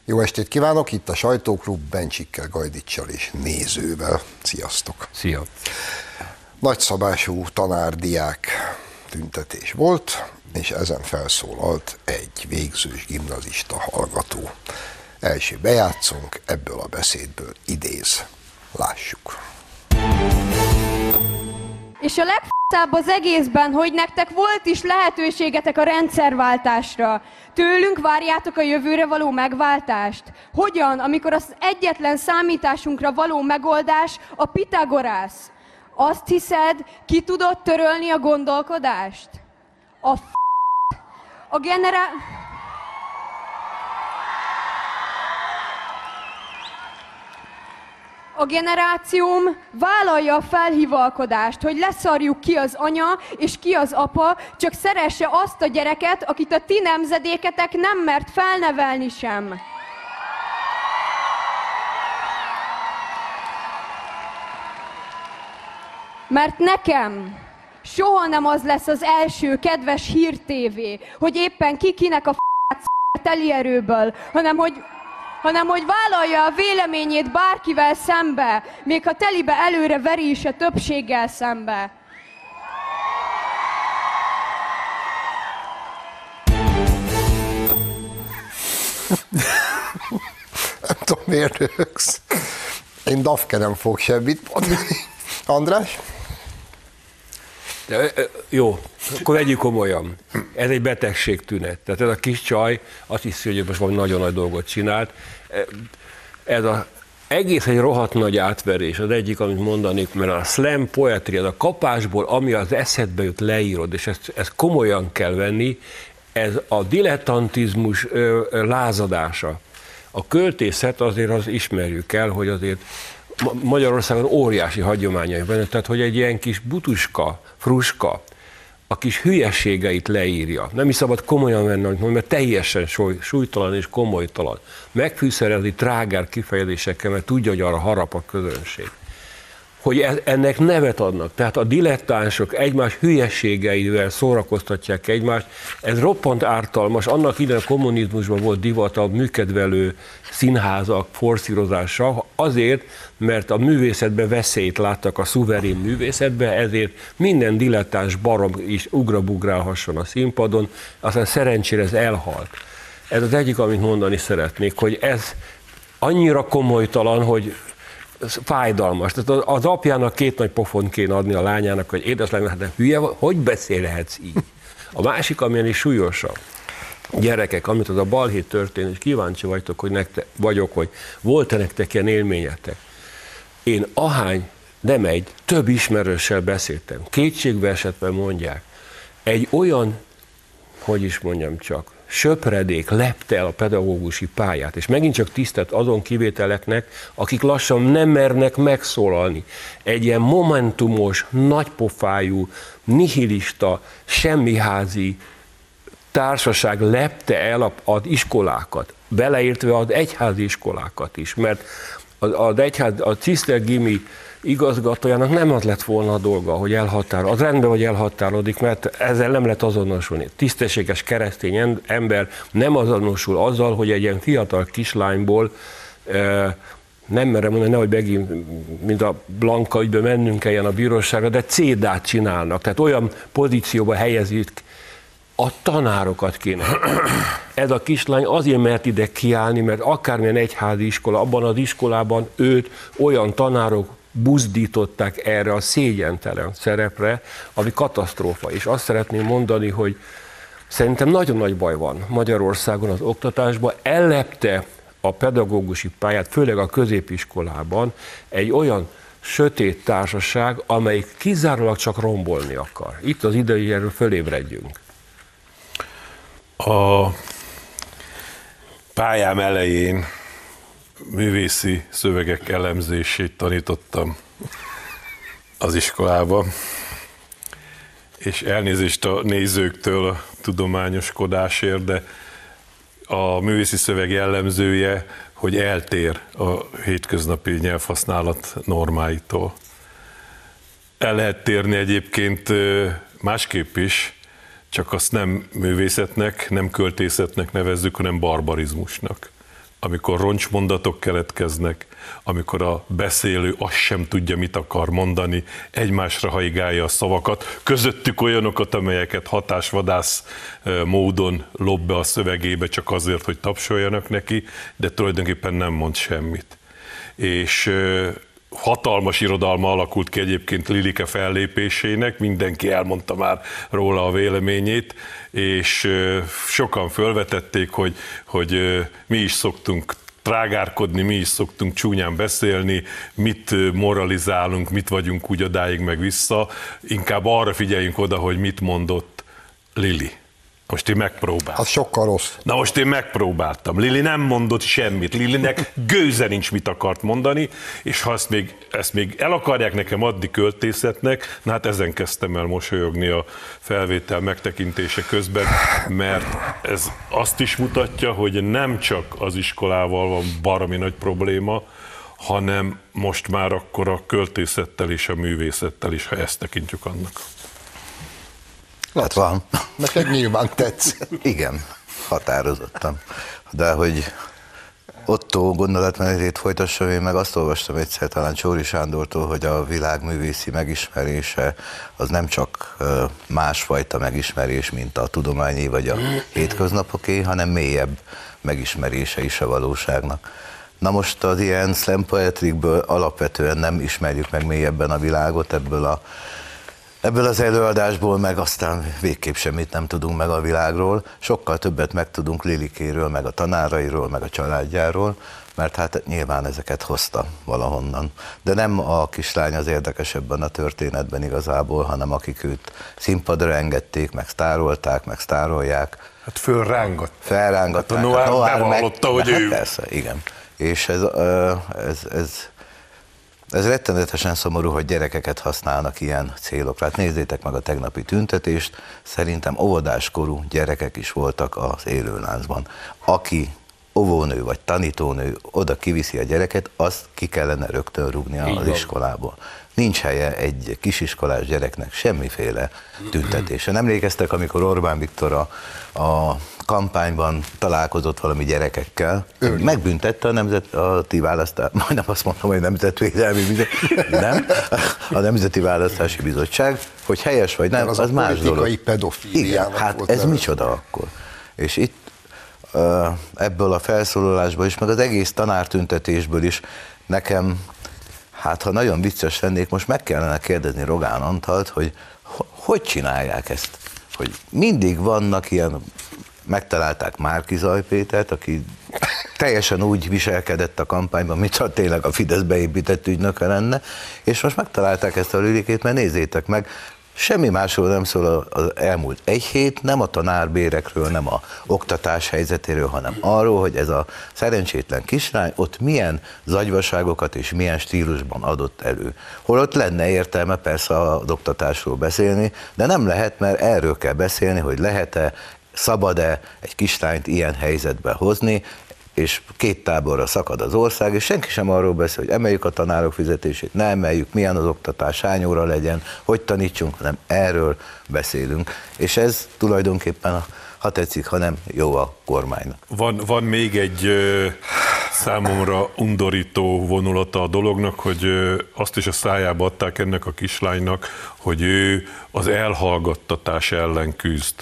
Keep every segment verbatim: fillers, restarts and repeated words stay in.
Jó estét kívánok, itt a Sajtóklub Bencsikkel, Gajdicsal és nézővel. Sziasztok! Szia! Nagyszabású tanár-diák tüntetés volt, és ezen felszólalt egy végzős gimnazista hallgató. Első bejátszunk, ebből a beszédből idéz. Lássuk. És a legf***ább az egészben, hogy nektek volt is lehetőségetek a rendszerváltásra. Tőlünk várjátok a jövőre való megváltást? Hogyan, amikor az egyetlen számításunkra való megoldás a Pitagorász? Azt hiszed, ki tudod törölni a gondolkodást? A f***, a generá... A generációm vállalja a felhivalkodást, hogy leszarjuk ki az anya és ki az apa, csak szeresse azt a gyereket, akit a ti nemzedéketek nem mert felnevelni sem. Mert nekem soha nem az lesz az első kedves hírtévé, hogy éppen ki kinek a f***át teli erőből, hanem hogy... hanem hogy vállalja a véleményét bárkivel szembe, még ha telibe előre veri is a többséggel szembe. Nem tudom, miért röhögsz. Én Dafke nem fog semmit mondani. András? De, jó, akkor vegyük komolyan. Ez egy betegségtünet. Tehát ez a kis csaj azt hiszi, hogy most valami nagyon nagy dolgot csinált. Ez az egész egy rohadt nagy átverés, az egyik, amit mondanék, mert a slam poetry, ez a kapásból, ami az eszedbe jut, leírod, és ezt, ezt komolyan kell venni, ez a dilettantizmus ö, ö, lázadása. A költészet azért az ismerjük el, hogy azért Magyarországon óriási hagyományai van, tehát hogy egy ilyen kis butuska, fruska, a kis hülyeségeit leírja. Nem is szabad komolyan venni, amit mond, mert teljesen súlytalan és komolytalan. Megfűszerezni trágár kifejezésekkel, mert tudja, hogy arra harap a közönség. Hogy ennek nevet adnak. Tehát a dilettánsok egymás hülyeségeivel szórakoztatják egymást. Ez roppant ártalmas. Annak idején a kommunizmusban volt divat a műkedvelő színházak forszírozása, azért, mert a művészetben veszélyt láttak a szuverén művészetben, ezért minden dilettáns barom is ugrabugrálhasson a színpadon, aztán szerencsére ez elhalt. Ez az egyik, amit mondani szeretnék, hogy ez annyira komolytalan, hogy fájdalmas. Tehát az apjának két nagy pofont kéne adni a lányának, hogy édeslány, hát de hülye, hogy beszélhetsz így? A másik, amilyen is súlyosabb. Gyerekek, amit az a balhé történt, és kíváncsi vagytok, hogy nektek, vagyok, hogy volt-e nektek ilyen élményetek. Én ahány, nem egy, több ismerőssel beszéltem. Kétségbe esetben mondják. Egy olyan, hogy is mondjam csak, söpredék lepte el a pedagógusi pályát, és megint csak tisztelt azon kivételeknek, akik lassan nem mernek megszólalni. Egy ilyen momentumos, nagypofájú, nihilista, semmiházi társaság lepte el az iskolákat, beleértve az egyházi iskolákat is, mert az egyház, a Ciszter Gimi igazgatójának nem az lett volna a dolga, hogy elhatárol. Az rendben, hogy elhatárodik, mert ezzel nem lehet azonosulni. Tisztességes keresztény ember nem azonosul azzal, hogy egy ilyen fiatal kislányból, nem merem mondani, nehogy megint, mint a Blanka ügyben mennünk kelljen a bíróságra, de cédát csinálnak. Tehát olyan pozícióba helyezik, a tanárokat kéne. Ez a kislány azért mert ide kiállni, mert akármilyen egyházi iskola, abban az iskolában őt olyan tanárok buzdították erre a szégyentelen szerepre, ami katasztrófa. És azt szeretném mondani, hogy szerintem nagyon nagy baj van Magyarországon az oktatásban. Ellepte a pedagógusi pályát, főleg a középiskolában egy olyan sötét társaság, amelyik kizárólag csak rombolni akar. Itt az idő, hogy erről fölébredjünk. A pályám elején művészi szövegek elemzését tanítottam az iskolába, és elnézést a nézőktől a tudományoskodásért, de a művészi szöveg jellemzője, hogy eltér a hétköznapi nyelvhasználat normáitól. El lehet térni egyébként másképp is, csak azt nem művészetnek, nem költészetnek nevezzük, hanem barbarizmusnak. amikor roncsmondatok keletkeznek, amikor a beszélő azt sem tudja, mit akar mondani, egymásra haigálja a szavakat, közöttük olyanokat, amelyeket hatásvadász módon lob be a szövegébe csak azért, hogy tapsoljanak neki, de tulajdonképpen nem mond semmit. És hatalmas irodalma alakult ki egyébként Lilike fellépésének, mindenki elmondta már róla a véleményét, és sokan felvetették, hogy, hogy mi is szoktunk trágárkodni, mi is szoktunk csúnyán beszélni, mit moralizálunk, mit vagyunk úgy odáig meg vissza, inkább arra figyeljünk oda, hogy mit mondott Lili. Most én megpróbáltam. Az sokkal rossz. Na most én megpróbáltam. Lili nem mondott semmit. Lilinek gőze nincs, mit akart mondani, és ha ezt még, ezt még el akarják nekem adni költészetnek, na hát ezen kezdtem el mosolyogni a felvétel megtekintése közben, mert ez azt is mutatja, hogy nem csak az iskolával van baromi nagy probléma, hanem most már akkor a költészettel és a művészettel is, ha ezt tekintjük annak. Hát van. Neked nyilván tetsz. Igen, határozottan. De hogy Otto gondolatmenetét folytassam, én meg azt olvastam egyszer talán Csóri Sándortól, hogy a világ művészi megismerése az nem csak másfajta megismerés, mint a tudományi vagy a hétköznapoké, hanem mélyebb megismerése is a valóságnak. Na most az ilyen slam poetrikből alapvetően nem ismerjük meg mélyebben a világot, ebből a Ebből az előadásból meg aztán végképp semmit nem tudunk meg a világról, sokkal többet megtudunk Lilikéről, meg a tanárairól, meg a családjáról, mert hát nyilván ezeket hozta valahonnan. De nem a kislány az érdekes ebben a történetben igazából, hanem akik őt színpadra engedték, meg sztárolták, meg sztárolják. Hát fölrángat. Felrángatták. Hát a Noir, Noir bevallotta, hogy hát ő. Persze, igen. És ez, ez, ez Ez rettenetesen szomorú, hogy gyerekeket használnak ilyen célokra. Hát nézzétek meg a tegnapi tüntetést, szerintem óvodáskorú gyerekek is voltak az élőláncban. Aki óvónő vagy tanítónő oda kiviszi a gyereket, azt ki kellene rögtön rúgni az iskolából. Nincs helye egy kisiskolás gyereknek semmiféle tüntetése. Nem emlékeztek, amikor Orbán Viktor a, a kampányban találkozott valami gyerekekkel, Ön. megbüntette a nemzeti választás, majdnem azt mondtam, hogy Nemzetvédelmi Bizottság, nem, a Nemzeti Választási Bizottság, hogy helyes vagy nem, az, az más dolog. Politikai pedofíliának. Hát ez nevező. Micsoda akkor? És itt ebből a felszólalásból is, meg az egész tanártüntetésből is nekem, hát ha nagyon vicces lennék, most meg kellene kérdezni Rogán Antalt, hogy hogy csinálják ezt? Hogy mindig vannak ilyen, megtalálták Márki-Zay Pétert, aki teljesen úgy viselkedett a kampányban, mintha tényleg a Fidesz beépített ügynöke lenne, és most megtalálták ezt a Lilikét, mert nézzétek meg, semmi másról nem szól az elmúlt egy hét, nem a tanárbérekről, nem a oktatás helyzetéről, hanem arról, hogy ez a szerencsétlen kislány ott milyen zagyvaságokat és milyen stílusban adott elő. Holott lenne értelme persze az oktatásról beszélni, de nem lehet, mert erről kell beszélni, hogy lehet-e, szabad-e egy kislányt ilyen helyzetbe hozni, és két táborra szakad az ország, és senki sem arról beszél, hogy emeljük a tanárok fizetését, ne emeljük, milyen az oktatás, hány óra legyen, hogy tanítsunk, hanem erről beszélünk. És ez tulajdonképpen, a, ha tetszik, ha nem, jó a kormánynak. Van, van még egy ö, számomra undorító vonulata a dolognak, hogy ö, azt is a szájába adták ennek a kislánynak, hogy ő az elhallgattatás ellen küzd.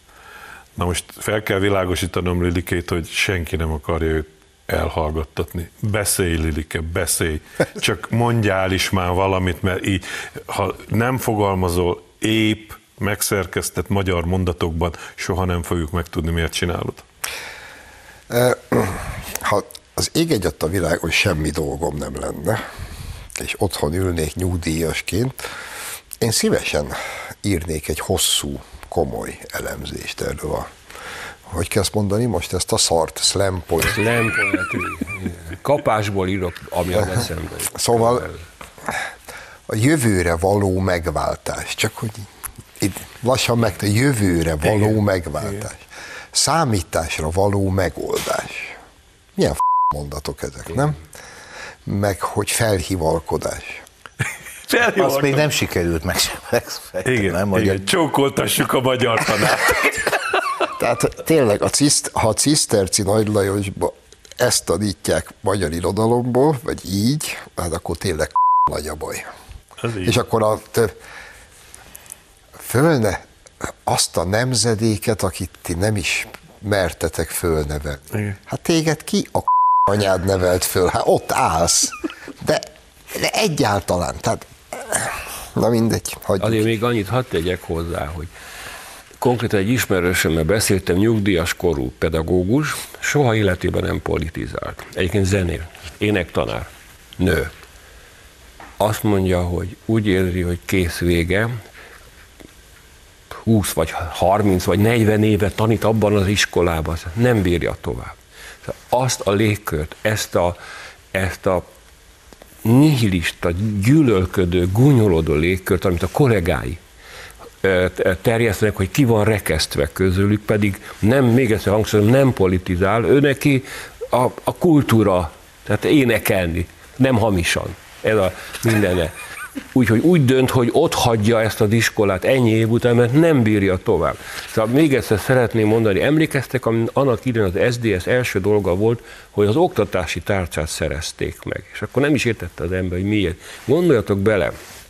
Na most fel kell világosítanom Lilikét, hogy senki nem akarja őt elhallgattatni. Beszélj, Lilike, beszélj. Csak mondjál is már valamit, mert így, ha nem fogalmazol épp, megszerkesztett magyar mondatokban, soha nem fogjuk megtudni, miért csinálod. Ha az ég egyet a világ, hogy semmi dolgom nem lenne, és otthon ülnék nyugdíjasként, én szívesen írnék egy hosszú, komoly elemzést erről a, hogy kell ezt mondani most, ezt a szart, slam poetry. Slam poetry. Kapásból írok, ami az eszembe. Szóval a jövőre való megváltás, csak hogy itt lassan meg, a jövőre való igen, megváltás. Igen. Számításra való megoldás. Milyen f*** mondatok ezek, igen. Nem? Meg hogy felhivalkodás. Azt még nem sikerült meg sem megfejteni. Igen, nem, igen. Hogy... csókoltassuk a magyar tanárt. Tehát tényleg, a ciszt, ha a Ciszterci Nagy Lajosba ezt tanítják magyar irodalomból, vagy így, hát akkor tényleg nagy a baj. És akkor a, fölne azt a nemzedéket, akit ti nem is mertetek fölnevelni. Hát téged ki a anyád nevelt föl? Hát ott állsz. De, de egyáltalán, tehát na mindegy. Hagyjuk. Azért még annyit hadd tegyek hozzá, hogy konkrétan egy ismerősömmel beszéltem, nyugdíjas korú pedagógus, soha életében nem politizált. Egyébként zenél, énektanár, nő. Azt mondja, hogy úgy érzi, hogy kész vége, húsz vagy harminc vagy negyven évet tanít abban az iskolában, nem bírja tovább. Azt a légkört, ezt a, ezt a nihilista, gyűlölködő, gúnyolódó légkört, amit a kollégái terjesztenek, hogy ki van rekesztve közülük, pedig nem, még egyszer hangsúlyozom, nem politizál, ő neki a, a kultúra, tehát énekelni, nem hamisan, ez a mindene. Úgyhogy úgy dönt, hogy ott hagyja ezt az iskolát ennyi év után, mert nem bírja tovább. Szóval még egyszer szeretném mondani, emlékeztek, annak idején az es zé dé es első dolga volt, hogy az oktatási tárcát szerezték meg. És akkor nem is értette az ember, hogy miért. Gondoljatok bele,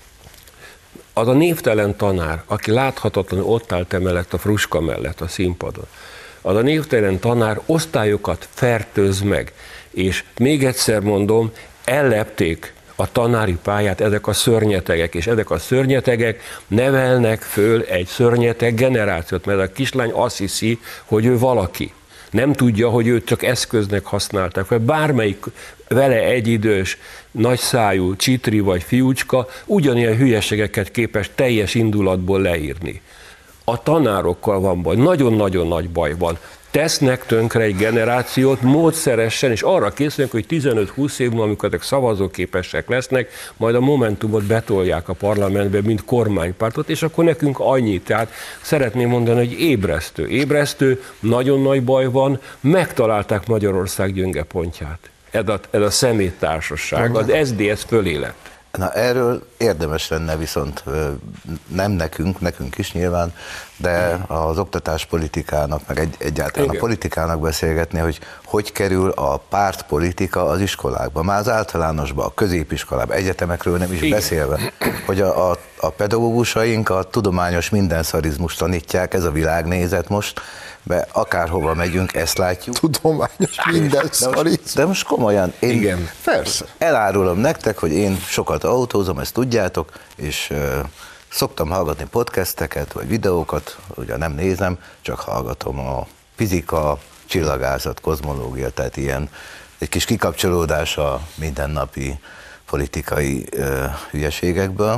az a névtelen tanár, aki láthatatlanul ott állt emellett a fruska mellett a színpadon, az a névtelen tanár osztályokat fertőz meg, és még egyszer mondom, ellepték a tanári pályát ezek a szörnyetegek, és ezek a szörnyetegek nevelnek föl egy szörnyeteg generációt, mert a kislány azt hiszi, hogy ő valaki. Nem tudja, hogy őt csak eszköznek használták, vagy bármelyik vele egyidős, nagyszájú csitri vagy fiúcska ugyanilyen hülyeségeket képes teljes indulatból leírni. A tanárokkal van baj, nagyon-nagyon nagy baj van. Tesznek tönkre egy generációt módszeresen, és arra készülnek, hogy tizenöt-húsz év múlva, amikor ezek szavazóképesek lesznek, majd a Momentumot betolják a parlamentbe, mint kormánypártot, és akkor nekünk annyi. Tehát szeretném mondani, hogy ébresztő. Ébresztő, nagyon nagy baj van, megtalálták Magyarország gyönge pontját. Ez a, ez a szeméttársaság, az es zé dé es fölé lett. Na erről érdemes lenne viszont nem nekünk, nekünk is nyilván, de az oktatáspolitikának, meg egy, egyáltalán Igen. a politikának beszélgetni, hogy hogy kerül a pártpolitika az iskolákba, már az általánosba, a középiskolában, egyetemekről nem is Igen. beszélve, hogy a, a, a pedagógusaink a tudományos mindenszarizmust tanítják, ez a világnézet most, be akárhova megyünk, ezt látjuk. Tudományos mindenszarizmus. De, de most komolyan, én Igen. Persze. elárulom nektek, hogy én sokat autózom, ezt tudjátok, és uh, szoktam hallgatni podcasteket, vagy videókat, ugye nem nézem, csak hallgatom a fizika, csillagászat, kozmológia, tehát ilyen egy kis kikapcsolódás a mindennapi politikai uh, hülyeségekből.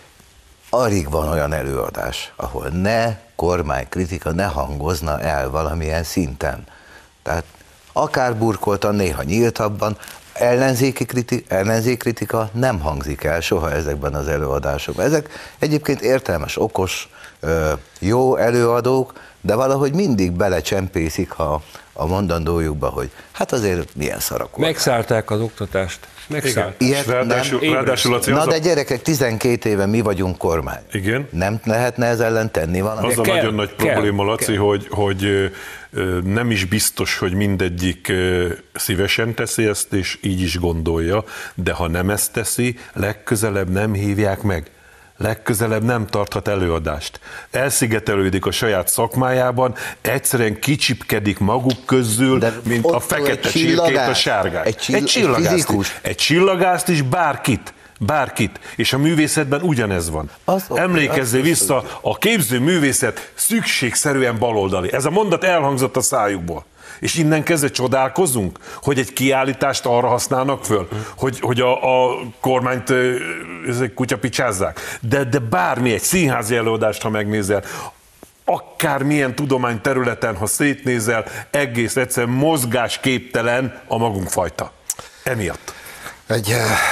Alig van olyan előadás, ahol ne kormánykritika ne hangozna el valamilyen szinten. Tehát akár burkoltan, néha nyíltabban, ellenzéki kritika, ellenzékkritika nem hangzik el soha ezekben az előadásokban. Ezek egyébként értelmes, okos, jó előadók, de valahogy mindig belecsempészik ha a mondandójukba, hogy hát azért milyen szarak. Megszállták az oktatást. Megszállt. Ilyet ráadásul, nem. ráadásul a Na de gyerekek, tizenkét éve mi vagyunk kormány. Igen. Nem lehetne ez ellen tenni valamit? Az a kell, nagyon nagy kell, probléma, Laci, kell. hogy, hogy nem is biztos, hogy mindegyik szívesen teszi ezt, és így is gondolja, de ha nem ezt teszi, legközelebb nem hívják meg. Legközelebb nem tarthat előadást. Elszigetelődik a saját szakmájában, egyszerűen kicsipkedik maguk közül, de mint a fekete csirkét a sárgát. Egy, csill- egy csillagást, egy, is, egy csillagást is, bárkit. Bárkit. És a művészetben ugyanez van. Az, Emlékezzél az, vissza, a képző művészet szükségszerűen baloldali. Ez a mondat elhangzott a szájukból. És innen kezdve csodálkozunk, hogy egy kiállítást arra használnak föl, mm. hogy, hogy a, a kormányt kutyapicsázzák. De, de bármi, egy színházi előadást, ha megnézel, akármilyen tudományterületen, ha szétnézel, egész egyszerűen mozgásképtelen a magunk fajta. Emiatt. Egy,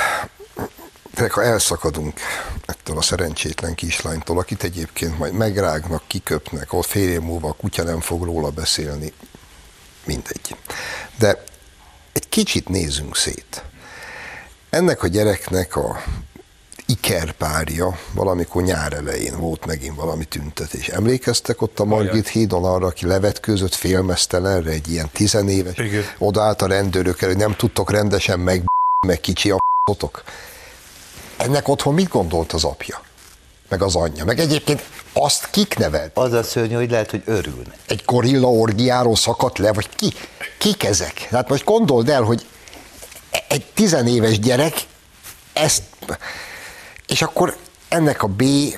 ha elszakadunk ettől a szerencsétlen kislánytól, akit egyébként majd megrágnak, kiköpnek, ahol fél év múlva a kutya nem fog róla beszélni, mindegy. De egy kicsit nézzünk szét. Ennek a gyereknek a ikerpárja, valamikor nyár elején volt megint valami tüntetés. Emlékeztek ott a Margit hídon arra, aki levetkőzött félmeztelenre, egy ilyen tizenéves, odaállt a rendőrök elő, hogy nem tudtok rendesen meg, meg kicsi a p***otok. Ennek otthon mit gondolt az apja? Meg az anyja? Meg egyébként azt kik nevelt? Az a szörnyű, hogy lehet, hogy örülne. Egy gorilla orgiáról szakadt le, vagy ki? Kik ezek? Hát most gondold el, hogy egy tizenéves gyerek ezt, és akkor ennek a B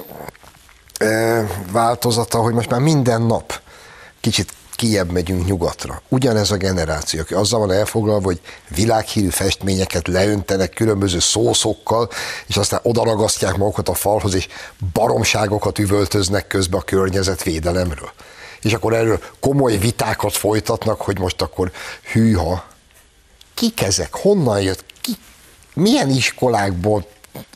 változata, hogy most már minden nap kicsit kijebb megyünk nyugatra. Ugyanez a generáció, aki azzal van elfoglalva, hogy világhírű festményeket leöntenek különböző szószokkal, és aztán odaragasztják magukat a falhoz, és baromságokat üvöltöznek közben a környezetvédelemről. És akkor erről komoly vitákat folytatnak, hogy most akkor hűha. Kik ezek? Honnan jött? Ki? Milyen iskolákból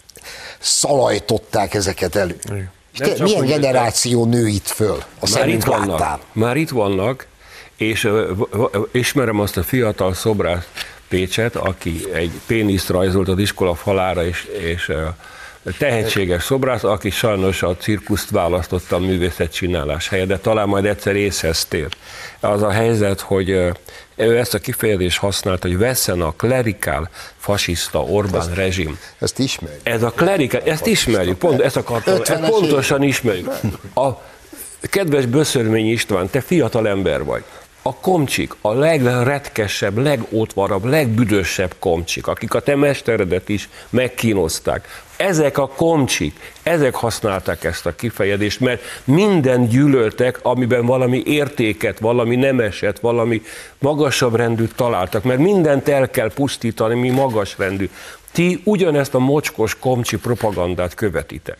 szalajtották ezeket elő? És te, milyen generáció nő itt föl? A már itt vannak, már itt vannak, és uh, ismerem azt a fiatal szobrász Pécset, aki egy péniszt rajzolt az iskola falára, és, és uh, tehetséges szobrász, aki sajnos a cirkuszt választotta a művészetcsinálás helyett, de talán majd egyszer észhez tér. Az a helyzet, hogy uh, ő ezt a kifejezést használta, hogy vesszen a klerikál, fasiszta Orbán ezt, rezsim. Ezt ismerjük. Ez a klerikál, ezt ismerjük, pont ezt akartam, ezt pontosan ismerjük. A kedves Böszörmény István, te fiatal ember vagy. A komcsik, a legretkesebb, legótvarabb, legbüdösebb komcsik, akik a te mesteredet is megkínozták. Ezek a komcsik, ezek használták ezt a kifejezést, mert minden gyűlöltek, amiben valami értéket, valami nemeset, valami magasabb rendűt találtak, mert mindent el kell pusztítani, mi magas rendű. Ti ugyanezt a mocskos komcsi propagandát követitek.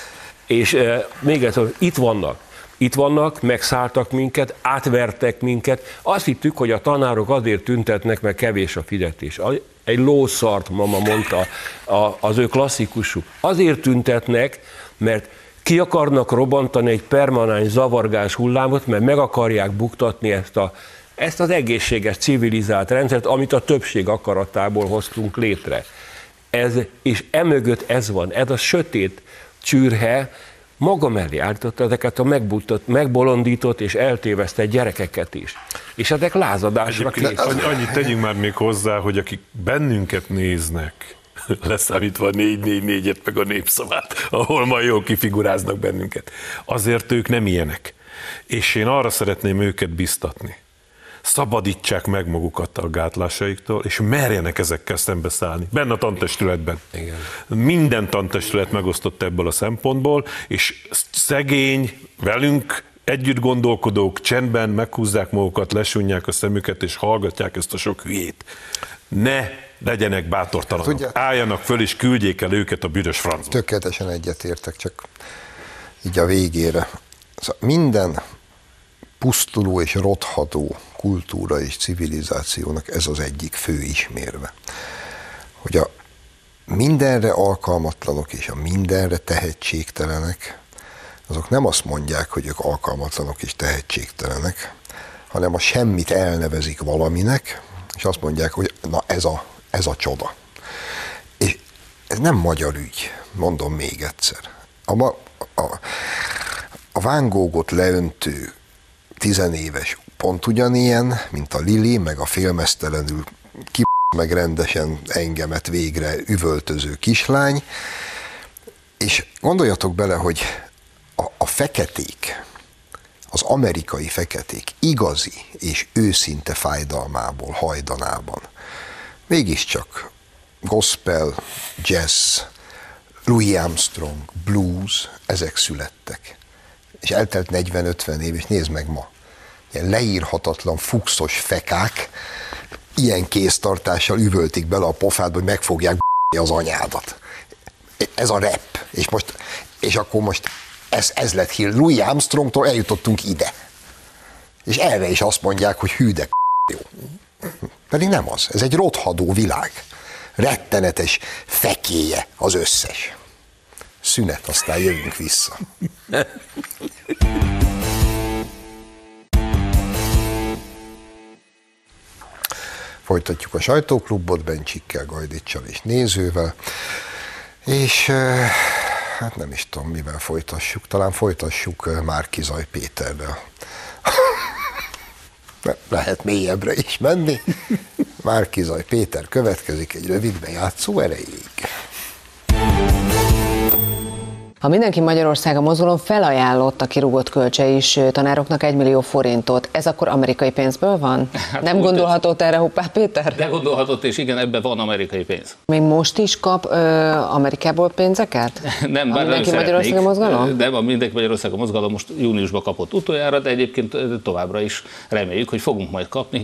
És e, még egyszer, itt vannak. Itt vannak, megszálltak minket, átvertek minket. Azt hittük, hogy a tanárok azért tüntetnek, mert kevés a fizetés. Egy lószart, mama mondta az ő klasszikusuk. Azért tüntetnek, mert ki akarnak robbantani egy permanens zavargás hullámot, mert meg akarják buktatni ezt, a, ezt az egészséges, civilizált rendszert, amit a többség akaratából hoztunk létre. Ez, és emögött ez van, ez a sötét csürhe, maga mellé állította ezeket a megbuktott, megbolondított és eltévesztett gyerekeket is. És ezek lázadásra készülnek. Annyit tegyünk már még hozzá, hogy akik bennünket néznek, leszámítva a négy négy négyet meg a Népszavát, ahol majd jól kifiguráznak bennünket, azért ők nem ilyenek. És én arra szeretném őket biztatni. Szabadítsák meg magukat a gátlásaiktól, és merjenek ezekkel szembeszállni. Benne a tantestületben. Igen. Minden tantestület megosztott ebből a szempontból, és szegény, velünk együtt gondolkodók csendben meghúzzák magukat, lesúnják a szemüket, és hallgatják ezt a sok hülyét. Ne legyenek bátortalanok. Tudja, álljanak föl, és küldjék el őket a büdös francba. Tökéletesen egyetértek, csak így a végére. Szóval minden pusztuló és rothadó kultúra és civilizációnak ez az egyik fő ismérve, hogy a mindenre alkalmatlanok és a mindenre tehetségtelenek, azok nem azt mondják, hogy ők alkalmatlanok és tehetségtelenek, hanem a semmit elnevezik valaminek, és azt mondják, hogy na ez a, ez a csoda. És ez nem magyar ügy, mondom még egyszer. A, a, a Van Goghot leöntő tizenéves pont ugyanilyen, mint a Lili, meg a félmeztelenül ki meg rendesen engemet végre üvöltöző kislány, és gondoljatok bele, hogy a, a feketék, az amerikai feketék igazi és őszinte fájdalmából, hajdanában mégiscsak gospel, jazz, Louis Armstrong, blues, ezek születtek. És eltelt negyven-ötven év, és nézd meg ma, ilyen leírhatatlan, fuxos fekák, ilyen kéztartással üvöltik bele a pofádba, hogy megfogják az anyádat. Ez a rap. És, most, és akkor most ez, ez lett hír. Louis Armstrongtól eljutottunk ide. És erre is azt mondják, hogy hű de jó. Pedig nem az. Ez egy rothadó világ. Rettenetes fekéje az összes. Szünet, aztán jövünk vissza. Folytatjuk a sajtóklubot Bencsikkel, Gajdicsal és nézővel. És hát nem is tudom, mivel folytassuk. Talán folytassuk Márki-Zay Péterrel. Lehet mélyebbre is menni. Márki-Zay Péter következik egy rövid bejátszó erejéig. A Mindenki Magyarországa mozgalom felajánlott a kirúgott kölcsei tanároknak egy millió forintot. Ez akkor amerikai pénzből van? Hát nem gondolhatott erre Hoppá Péter? De gondolhatott, és igen, ebben van amerikai pénz. Még most is kap ö, Amerikából pénzeket? Nem, a bár Mindenki nem Magyarországa mozgalom? Nem, a Mindenki Magyarországa mozgalom most júniusban kapott utoljára, de egyébként továbbra is reméljük, hogy fogunk majd kapni.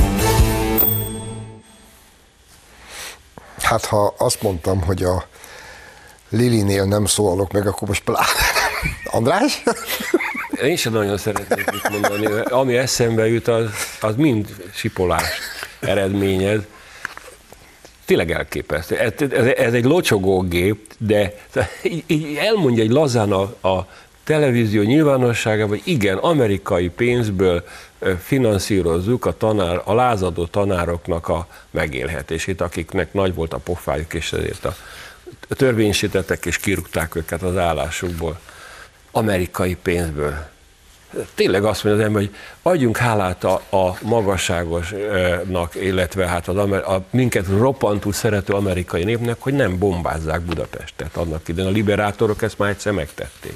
Hát ha azt mondtam, hogy a Lilinél nem szólalok meg, akkor most pláne. András? Én sem nagyon szeretnék mit mondani. Ami eszembe jut, az, az mind sipolás eredményez. Tényleg elképesztő. Ez, ez, ez egy locsogógép, de így, így elmondja egy lazán a, a televízió nyilvánosságában, hogy igen, amerikai pénzből finanszírozzuk a, tanár, a lázadó tanároknak a megélhetését, akiknek nagy volt a pofájuk, és ezért a törvénysítettek és kirúgták őket az állásukból. Amerikai pénzből. Tényleg azt mondja az ember, hogy adjunk hálát a, a magasságosnak, illetve hát az amer, a minket roppantul szerető amerikai népnek, hogy nem bombázzák Budapestet. Annak idején a liberátorok ezt már egyszer megtették.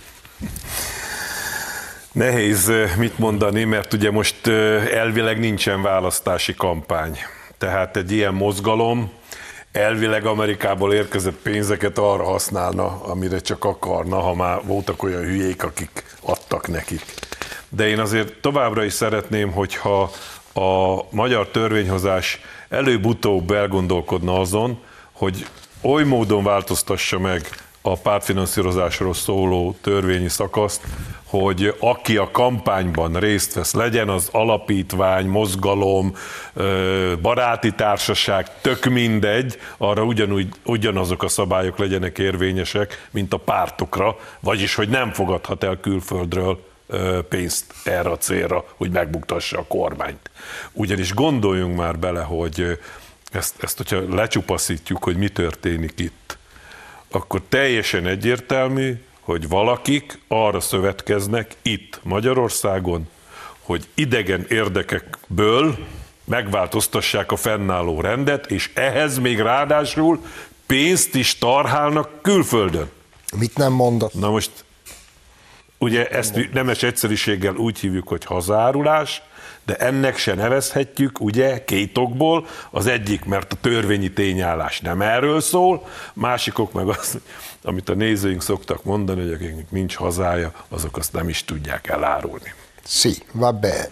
Nehéz mit mondani, mert ugye most elvileg nincsen választási kampány. Tehát egy ilyen mozgalom elvileg Amerikából érkezett pénzeket arra használna, amire csak akarna, ha már voltak olyan hülyék, akik adtak nekik. De én azért továbbra is szeretném, hogyha a magyar törvényhozás előbb-utóbb elgondolkodna azon, hogy oly módon változtassa meg a pártfinanszírozásról szóló törvényi szakaszt, hogy aki a kampányban részt vesz, legyen az alapítvány, mozgalom, baráti társaság, tök mindegy, arra ugyanúgy, ugyanazok a szabályok legyenek érvényesek, mint a pártokra, vagyis, hogy nem fogadhat el külföldről pénzt erre a célra, hogy megbuktassa a kormányt. Ugyanis gondoljunk már bele, hogy ezt, ezt hogyha lecsupaszítjuk, hogy mi történik itt, akkor teljesen egyértelmű, hogy valakik arra szövetkeznek itt Magyarországon, hogy idegen érdekekből megváltoztassák a fennálló rendet, és ehhez még ráadásul pénzt is tarhálnak külföldön. Mit nem mondott? Na most, ugye ezt nemes egyszeriséggel úgy hívjuk, hogy hazárulás, de ennek se nevezhetjük, ugye, két okból, az egyik, mert a törvényi tényállás nem erről szól, másikok meg az, amit a nézőink szoktak mondani, hogy akiknek nincs hazája, azok azt nem is tudják elárulni. Si, va bene.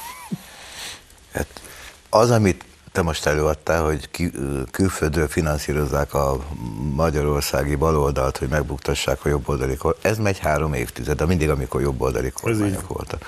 Hát az, amit te most előadtál, hogy külföldről finanszírozzák a magyarországi baloldalt, hogy megbuktassák a jobboldali kormányt, ez megy három évtized, de mindig, amikor jobboldali kormányok voltak.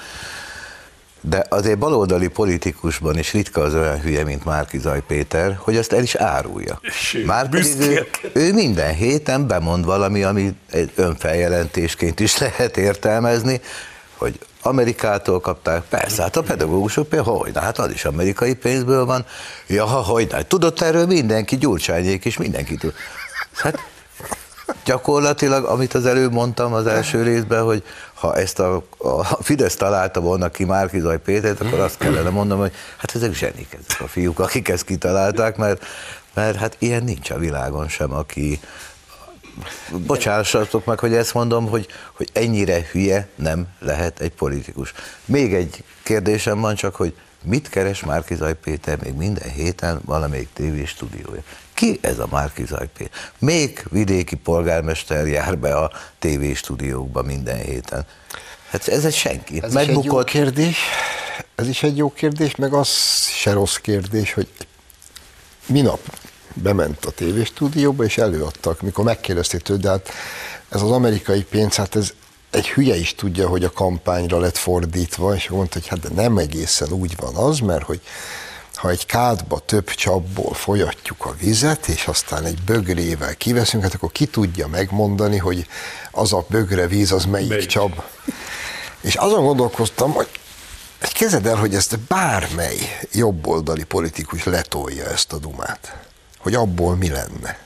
De azért baloldali politikusban is ritka az olyan hülye, mint Márki-Zay Péter, hogy azt el is árulja. Márpedig ő, ő minden héten bemond valami, ami egy önfeljelentésként is lehet értelmezni, hogy Amerikától kapták, persze, hát a pedagógusok például, hogy hát az is amerikai pénzből van, ja, hogy tudott erről mindenki, Gyurcsányék is, mindenki tud. Hát gyakorlatilag, amit az előbb mondtam az első részben, hogy ha ezt a, a Fidesz találta volna ki Márki-Zay Pétert, akkor azt kellene mondanom, hogy hát ezek zsenik ezek a fiúk, akik ezt kitalálták, mert, mert hát ilyen nincs a világon sem, aki, bocsássatok meg, hogy ezt mondom, hogy, hogy ennyire hülye nem lehet egy politikus. Még egy kérdésem van csak, hogy mit keres Márki-Zay Péter még minden héten valamelyik tévé stúdiója? Ki ez a Márki-Zay Péter? Még vidéki polgármester jár be a tévé stúdiókba minden héten. Hát ez egy senki. Ez is egy jó kérdés. Ez is egy jó kérdés, meg az se rossz kérdés, hogy minap bement a tévéstúdióba, és előadtak, mikor megkérdezték tőle, de hát ez az amerikai pénz, hát ez egy hülye is tudja, hogy a kampányra lett fordítva, és mondta, hogy hát de nem egészen úgy van az, mert hogy ha egy kádba több csapból folyatjuk a vizet, és aztán egy bögrével kiveszünk, hát akkor ki tudja megmondani, hogy az a bögre víz, az melyik Melyik. csap. És azon gondolkoztam, hogy képzeld el, hogy ezt bármely jobboldali politikus letolja ezt a dumát, hogy abból mi lenne.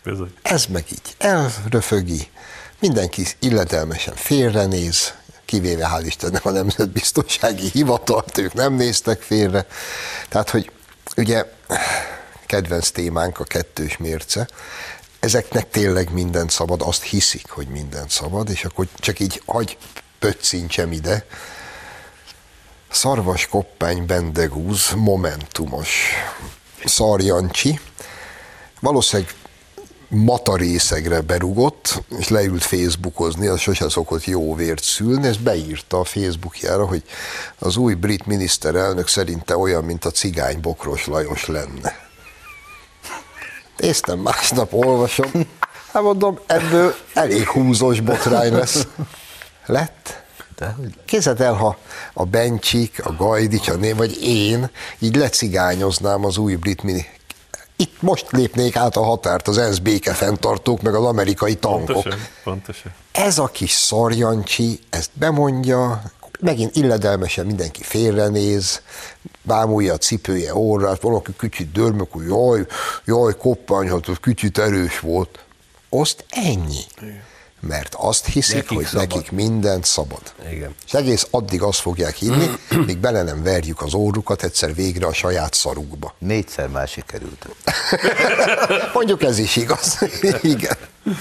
Bizony. Ez meg így elröfögi, mindenki illedelmesen félrenéz, kivéve hál' Istennek a Nemzetbiztonsági Hivatalt, ők nem néztek félre. Tehát, hogy ugye kedvenc témánk a kettős mérce, ezeknek tényleg mindent szabad, azt hiszik, hogy mindent szabad, és akkor csak így hagy pöccincsem ide. Szarvas koppány bendegúz, momentumos Szarjancsi, valószínűleg matarészegre berugott, és leült Facebookozni, az sose szokott jó vért szülni, ezt beírta a Facebookjára, hogy az új brit miniszterelnök szerinte olyan, mint a cigány Bokros Lajos lenne. Néztem, másnap olvasom, hát mondom, ebből elég húzós botrány lesz. Lett? Képzeld el, ha a Bencsik, a Gajdics, a név, vagy én így lecigányoznám az új brit miniszterelnök. Itt most lépnék át a határt az ENSZ békefenntartók, meg az amerikai tankok. Pontosan, pontosan. Ez a kis Szarjancsi, ezt bemondja, megint illedelmesen mindenki félrenéz, bámulja a cipője orrát, valaki kicsit dörmök, hogy jaj, jaj, koppány, hát az kicsit erős volt. Azt ennyi. Mert azt hiszik, nekik hogy szabad. Nekik mindent szabad. Igen. És egész addig azt fogják hinni, míg bele nem verjük az órukat egyszer végre a saját szarukba. Négyszer már sikerült. Mondjuk ez is igaz. Igen.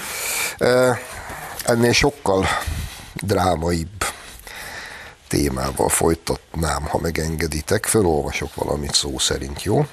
Ennél sokkal drámaibb témával folytatnám, ha megengeditek. Fölolvasok valamit szó szerint, jó?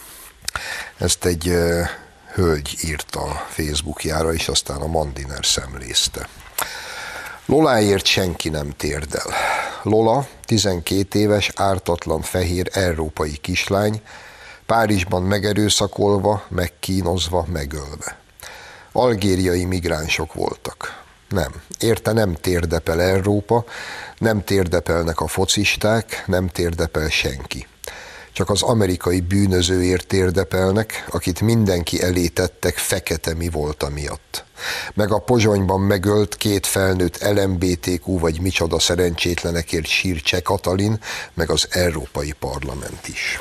Ezt egy hölgy írta a Facebookjára, és aztán a Mandiner szemlézte. Loláért senki nem térdel. Lola, tizenkét éves, ártatlan, fehér, európai kislány, Párizsban megerőszakolva, megkínozva, megölve. Algériai migránsok voltak. Nem, érte nem térdepel Európa, nem térdepelnek a focisták, nem térdepel senki. Csak az amerikai bűnözőért térdepelnek, akit mindenki elé tettek fekete mi volta miatt. Meg a Pozsonyban megölt két felnőtt el em bé té kú vagy micsoda szerencsétlenekért sír Cseh Katalin, meg az Európai Parlament is.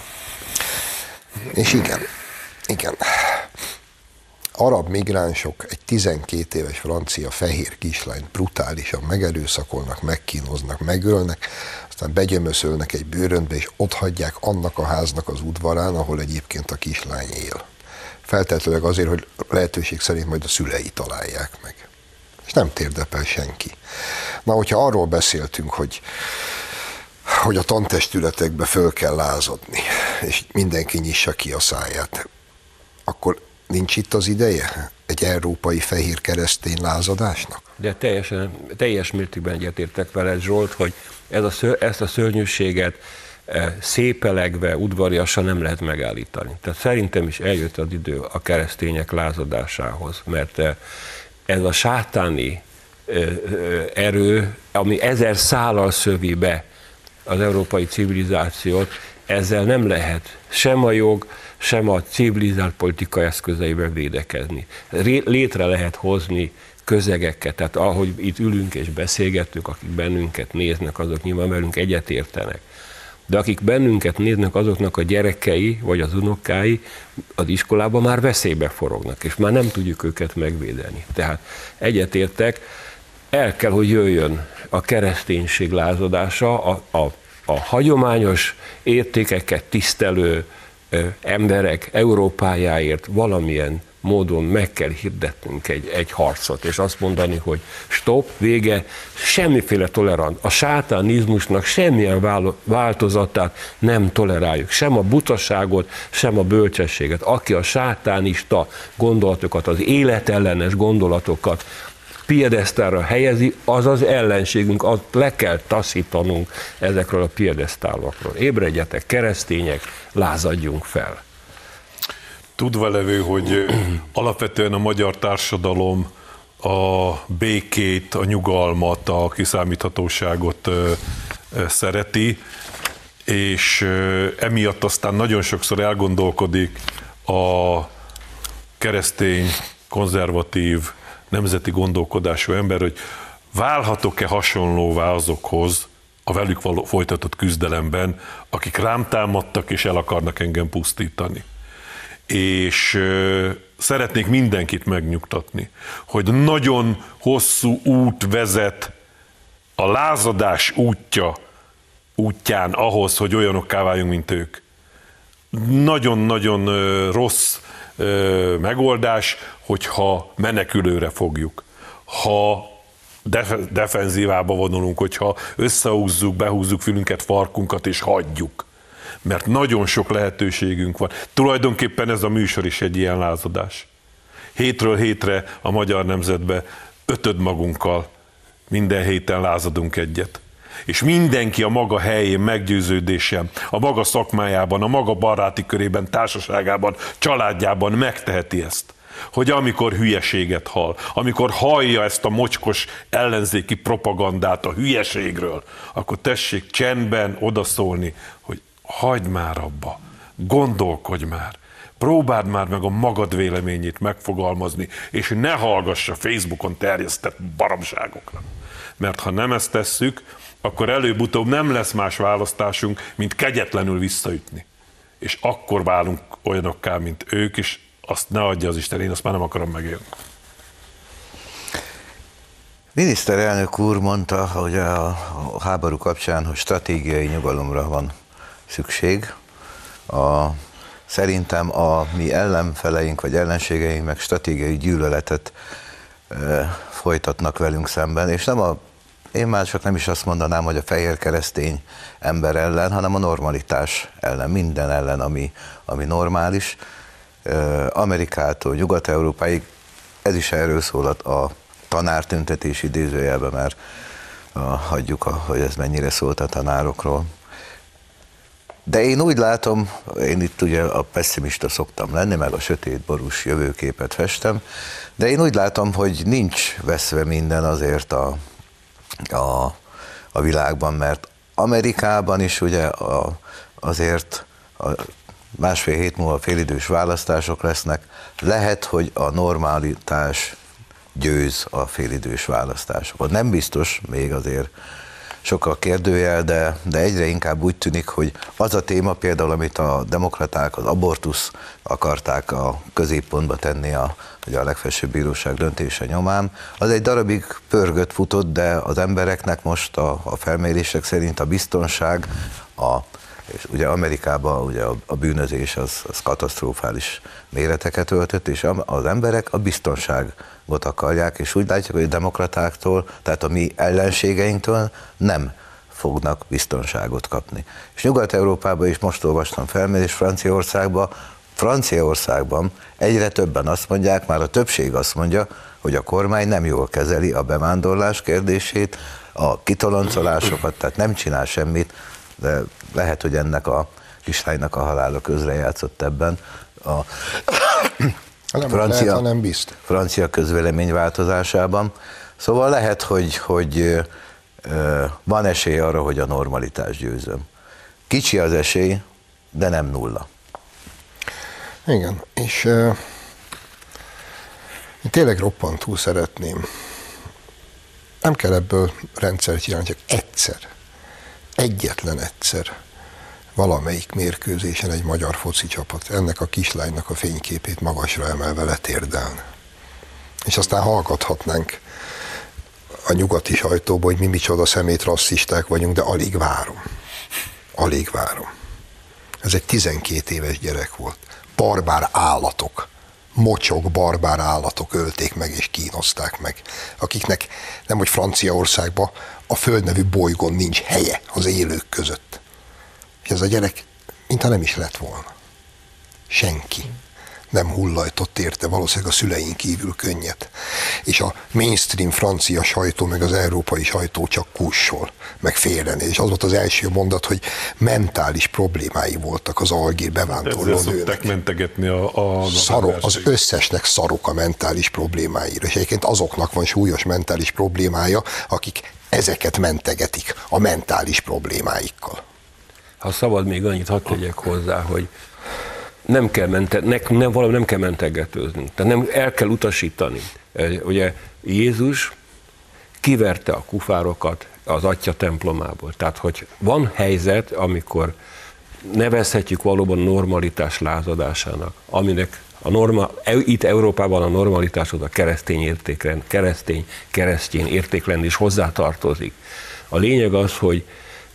És igen, igen. Arab migránsok egy tizenkét éves francia fehér kislányt brutálisan megerőszakolnak, megkínoznak, megölnek, aztán begyömöszölnek egy bőröntbe, és otthagyják annak a háznak az udvarán, ahol egyébként a kislány él. Feltétlenül azért, hogy lehetőség szerint majd a szülei találják meg. És nem térdepel senki. Na, hogyha arról beszéltünk, hogy, hogy a tantestületekbe föl kell lázadni, és mindenki nyissa ki a száját, akkor nincs itt az ideje egy európai fehér keresztény lázadásnak? De teljesen, teljes mértékben egyetértek veled, Zsolt, hogy ez a ször, ezt a szörnyűséget e, szépelegve, udvariasan nem lehet megállítani. Tehát szerintem is eljött az idő a keresztények lázadásához, mert e, ez a sátáni e, e, erő, ami ezer szállal szövi be az európai civilizációt, ezzel nem lehet sem a jog, sem a civilizált politika eszközeivel védekezni. Létre lehet hozni közegeket, tehát ahogy itt ülünk és beszélgetünk, akik bennünket néznek, azok nyilván velünk egyetértenek. De akik bennünket néznek, azoknak a gyerekei, vagy az unokái az iskolában már veszélybe forognak, és már nem tudjuk őket megvédeni. Tehát egyetértek, el kell, hogy jöjjön a kereszténység lázadása, a, a, a hagyományos értékeket tisztelő emberek Európájáért valamilyen módon meg kell hirdetnünk egy, egy harcot, és azt mondani, hogy stop, vége, semmiféle tolerant. A sátánizmusnak semmilyen változatát nem toleráljuk. Sem a butaságot, sem a bölcsességet. Aki a sátánista gondolatokat, az életellenes gondolatokat piedesztálra helyezi, az az ellenségünk, azt le kell taszítanunk ezekről a piedesztálokról. Ébredjetek, keresztények, lázadjunk fel. Tudva levő, hogy alapvetően a magyar társadalom a békét, a nyugalmat, a kiszámíthatóságot szereti, és emiatt aztán nagyon sokszor elgondolkodik a keresztény, konzervatív, nemzeti gondolkodású ember, hogy válhatok-e hasonlóvá azokhoz a velük való folytatott küzdelemben, akik rám támadtak és el akarnak engem pusztítani. és szeretnék mindenkit megnyugtatni, hogy nagyon hosszú út vezet a lázadás útja, útján ahhoz, hogy olyanokká váljunk, mint ők. Nagyon-nagyon rossz megoldás, hogyha menekülőre fogjuk. Ha def- defenzívába vonulunk, hogyha összehúzzuk, behúzzuk fülünket, farkunkat és hagyjuk. Mert nagyon sok lehetőségünk van. Tulajdonképpen ez a műsor is egy ilyen lázadás. Hétről hétre a Magyar Nemzetbe ötöd magunkkal minden héten lázadunk egyet. És mindenki a maga helyén, meggyőződésem, a maga szakmájában, a maga baráti körében, társaságában, családjában megteheti ezt. Hogy amikor hülyeséget hall, amikor hallja ezt a mocskos ellenzéki propagandát a hülyeségről, akkor tessék csendben odaszólni, hogy hagyd már abba, gondolkodj már, próbáld már meg a magad véleményét megfogalmazni, és ne hallgass a Facebookon terjesztett baromságokra. Mert ha nem ezt tesszük, akkor előbb-utóbb nem lesz más választásunk, mint kegyetlenül visszaütni. És akkor válunk olyanokká, mint ők, és azt ne adja az Isten, én azt már nem akarom megélni. Miniszterelnök úr mondta, hogy a háború kapcsán, hogy stratégiai nyugalomra van szükség. A, szerintem a mi ellenfeleink vagy ellenségeink meg stratégiai gyűlöletet e, folytatnak velünk szemben, és nem a, én már csak nem is azt mondanám, hogy a fehér keresztény ember ellen, hanem a normalitás ellen, minden ellen, ami, ami normális. E, Amerikától Nyugat-Európáig, ez is erről szól a tanártüntetés idézőjelben, mert a, hagyjuk, a, hogy ez mennyire szólt a tanárokról. De én úgy látom, én itt ugye a pessimista szoktam lenni, meg a sötétborús jövőképet festem, de én úgy látom, hogy nincs veszve minden azért a, a, a világban, mert Amerikában is ugye a, azért a másfél hét múlva félidős választások lesznek, lehet, hogy a normalitás győz a félidős választásokon. Nem biztos, még azért sokkal kérdőjel, de, de egyre inkább úgy tűnik, hogy az a téma például, amit a demokraták, az abortusz akarták a középpontba tenni a, ugye a legfelsőbb bíróság döntése nyomán, az egy darabig pörgött, futott, de az embereknek most a, a felmérések szerint a biztonság, a, és ugye Amerikában ugye a, a bűnözés az, az katasztrofális méreteket öltött, és az emberek a biztonságot akarják, és úgy látják, hogy a demokratáktól, tehát a mi ellenségeinktől nem fognak biztonságot kapni. És Nyugat-Európában is most olvastam felmérés, Franciaországban, Franciaországban egyre többen azt mondják, már a többség azt mondja, hogy a kormány nem jól kezeli a bevándorlás kérdését, a kitoloncolásokat, tehát nem csinál semmit, de lehet, hogy ennek a kislánynak a halála közrejátszott ebben. A nem francia, lehet, nem biztos. francia közvélemény változásában. Szóval lehet, hogy, hogy van esély arra, hogy a normalitás győzöm. Kicsi az esély, de nem nulla. Igen, és uh, én tényleg roppantúl szeretném. Nem kell ebből rendszert csinálni, csak egyszer. Egyetlen egyszer valamelyik mérkőzésen egy magyar foci csapat ennek a kislánynak a fényképét magasra emelve letérdelne. És aztán hallgathatnánk a nyugati sajtóból, hogy mi micsoda szemét rasszisták vagyunk, de alig várom. Alig várom. Ez egy tizenkét éves gyerek volt. Barbár állatok, mocsok, barbár állatok ölték meg és kínozták meg, akiknek nem, hogy Franciaországban a földnevű bolygón nincs helye az élők között. És ez a gyerek, mintha nem is lett volna. Senki nem hullajtott érte, valószínűleg a szüleink kívül könnyet. És a mainstream francia sajtó, meg az európai sajtó csak kussol, meg félrenéz. És az volt az első mondat, hogy mentális problémái voltak az algír bevándorló nőnek. Ezzel szokták mentegetni a... a Szarok, az összesnek szarok a mentális problémáira. És egyébként azoknak van súlyos mentális problémája, akik ezeket mentegetik a mentális problémáikkal. Ha szabad, még annyit hadd tegyek hozzá, hogy nem kell, mente, ne, nem, valami nem kell mentegetőzni, tehát nem, el kell utasítani. Ugye Jézus kiverte a kufárokat az Atya templomából. Tehát, hogy van helyzet, amikor nevezhetjük valóban normalitás lázadásának, aminek a norma, itt Európában a normalitáshoz a keresztény értékrend, keresztény, keresztény értékrend is hozzátartozik. A lényeg az, hogy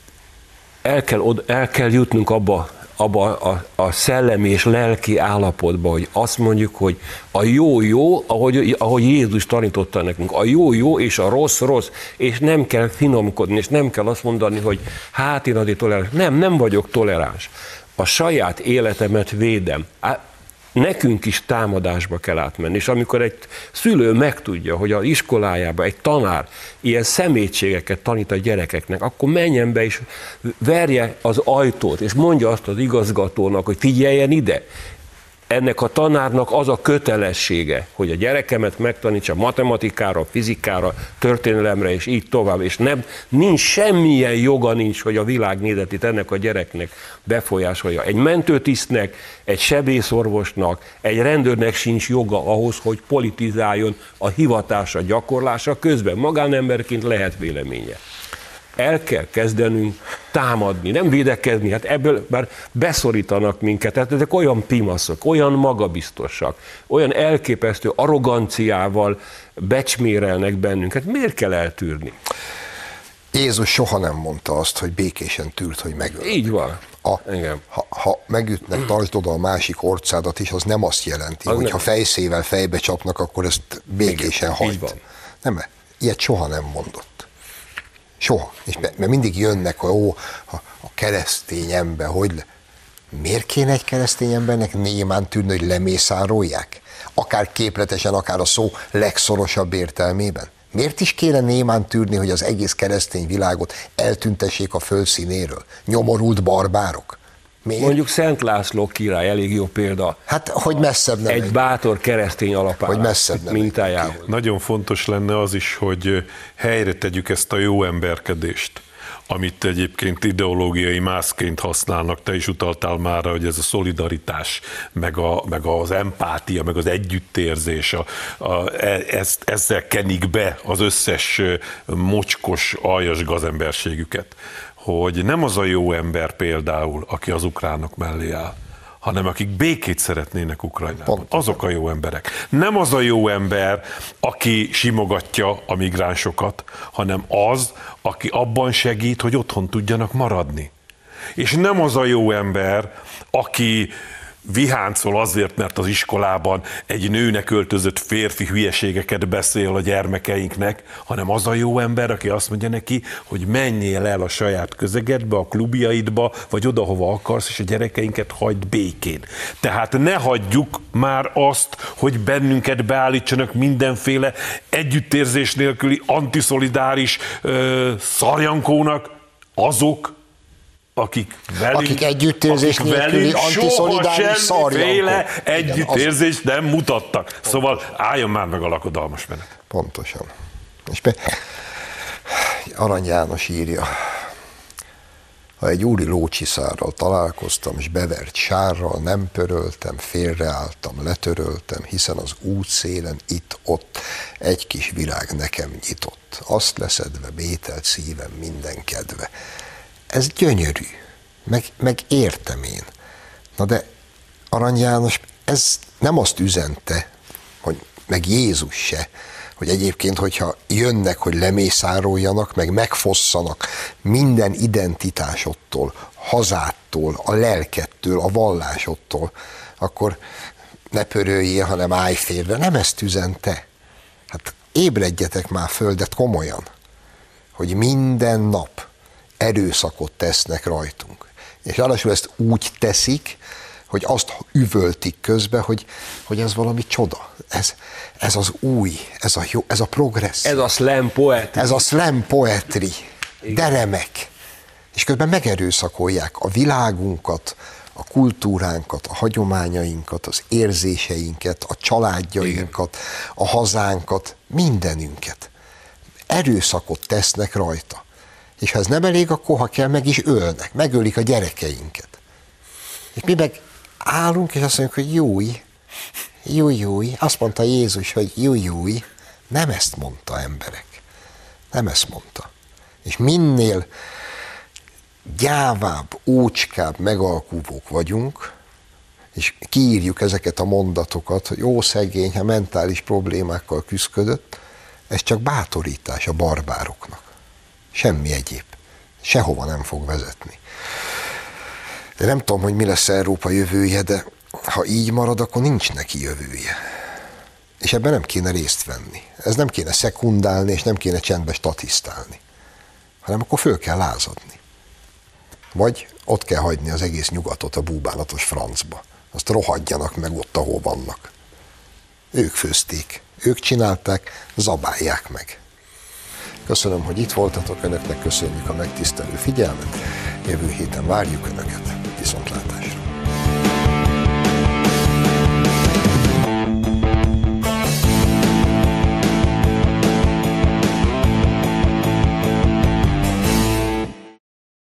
el kell, el kell jutnunk abba, abba a, a szellemi és lelki állapotba, hogy azt mondjuk, hogy a jó jó, ahogy, ahogy Jézus tanította nekünk, a jó jó és a rossz rossz, és nem kell finomkodni, és nem kell azt mondani, hogy hát én azért toleráns. Nem, nem vagyok toleráns. A saját életemet védem. Nekünk is támadásba kell átmenni, és amikor egy szülő megtudja, hogy az iskolájában egy tanár ilyen szemétségeket tanít a gyerekeknek, akkor menjen be és verje az ajtót, és mondja azt az igazgatónak, hogy figyeljen ide. Ennek a tanárnak az a kötelessége, hogy a gyerekemet megtanítsa matematikára, fizikára, történelemre, és így tovább, és nem, nincs semmilyen joga nincs, hogy a világnézetét ennek a gyereknek befolyásolja. Egy mentőtisztnek, egy sebészorvosnak, egy rendőrnek sincs joga ahhoz, hogy politizáljon a hivatása gyakorlása közben. Magánemberként lehet véleménye. El kell kezdenünk támadni, nem védekezni, hát ebből már beszorítanak minket, hát ezek olyan pimaszok, olyan magabiztosak, olyan elképesztő arroganciával becsmérelnek bennünket, miért kell eltűrni? Jézus soha nem mondta azt, hogy békésen tűrt, hogy megöl. Így van. A, ha, ha megütnek, tartsd oda a másik orcádat is, az nem azt jelenti, az hogy nem. Ha fejszével fejbe csapnak, akkor ezt békésen hagyd. Nem, ilyet soha nem mondott. Soha. És mert mindig jönnek, hogy ó, a, a keresztény ember, hogy le... Miért kéne egy keresztény embernek némán tűrni, hogy lemészárolják? Akár képletesen, akár a szó legszorosabb értelmében. Miért is kéne némán tűrni, hogy az egész keresztény világot eltüntessék a földszínéről? Nyomorult barbárok? Miért? Mondjuk Szent László király, elég jó példa. Hát, hogy messzebb nem Egy megy. bátor keresztény alapállás mintájához. Nagyon fontos lenne az is, hogy helyre tegyük ezt a jó emberkedést, amit egyébként ideológiai mászként használnak. Te is utaltál már, hogy ez a szolidaritás, meg, a, meg az empátia, meg az együttérzés, a, a, ezt, ezzel kenik be az összes mocskos, aljas gazemberségüket. Hogy nem az a jó ember például, aki az ukránok mellé áll, hanem akik békét szeretnének Ukrajnában. Azok a jó emberek. Nem az a jó ember, aki simogatja a migránsokat, hanem az, aki abban segít, hogy otthon tudjanak maradni. És nem az a jó ember, aki viháncol azért, mert az iskolában egy nőnek öltözött férfi hülyeségeket beszél a gyermekeinknek, hanem az a jó ember, aki azt mondja neki, hogy menjél el a saját közegedbe, a klubjaidba, vagy oda, hova akarsz, és a gyerekeinket hagyd békén. Tehát ne hagyjuk már azt, hogy bennünket beállítsanak mindenféle együttérzés nélküli, antiszolidáris ö, szarjankónak azok, akik velünk, akik együttérzés akik nélküli, antiszolidáris semmiféle együttérzést nem mutattak. Szóval álljon már meg a lakodalmas menet. Pontosan. És be... Arany János írja, ha egy úri lócsiszárral találkoztam, és bevert sárral, nem pöröltem, félreálltam, letöröltem, hiszen az útszélen itt-ott egy kis virág nekem nyitott. Azt leszedve bételt szívem minden kedve. Ez gyönyörű, meg, meg értem én. Na de Arany János, ez nem azt üzente, hogy meg Jézus se, hogy egyébként, hogyha jönnek, hogy lemészároljanak, meg megfosszanak minden identitásodtól, hazától, a lelkettől, a vallásodtól, akkor ne pöröljél, hanem állj félre. Nem ezt üzente. Hát ébredjetek már földet komolyan, hogy minden nap erőszakot tesznek rajtunk. És ráadásul ezt úgy teszik, hogy azt üvöltik közbe, hogy, hogy ez valami csoda. Ez, ez az új, ez a jó, ez a progresszív. Ez a slam poetry. Ez a slam poetry. De remek. És közben megerőszakolják a világunkat, a kultúránkat, a hagyományainkat, az érzéseinket, a családjainkat, igen, a hazánkat, mindenünket. Erőszakot tesznek rajta. És ha ez nem elég, akkor ha kell, meg is ölnek, megölik a gyerekeinket. És mi meg állunk, és azt mondjuk, hogy júj, júj, júj. Azt mondta Jézus, hogy júj, júj. Nem ezt mondta, emberek. Nem ezt mondta. És minél gyávább, ócskább megalkuvók vagyunk, és kiírjuk ezeket a mondatokat, hogy jó szegény, ha mentális problémákkal küszködött, ez csak bátorítás a barbároknak. Semmi egyéb. Sehova nem fog vezetni. De nem tudom, hogy mi lesz Európa jövője, de ha így marad, akkor nincs neki jövője. És ebben nem kéne részt venni. Ez nem kéne szekundálni, és nem kéne csendbe statisztálni. Hanem akkor föl kell lázadni. Vagy ott kell hagyni az egész nyugatot a búbálatos francba. Azt rohadjanak meg ott, ahol vannak. Ők főzték, ők csinálták, zabálják meg. Köszönöm, hogy itt voltatok, önöknek köszönjük a megtisztelő figyelmet. Jövő héten várjuk önöket. Viszontlátásra.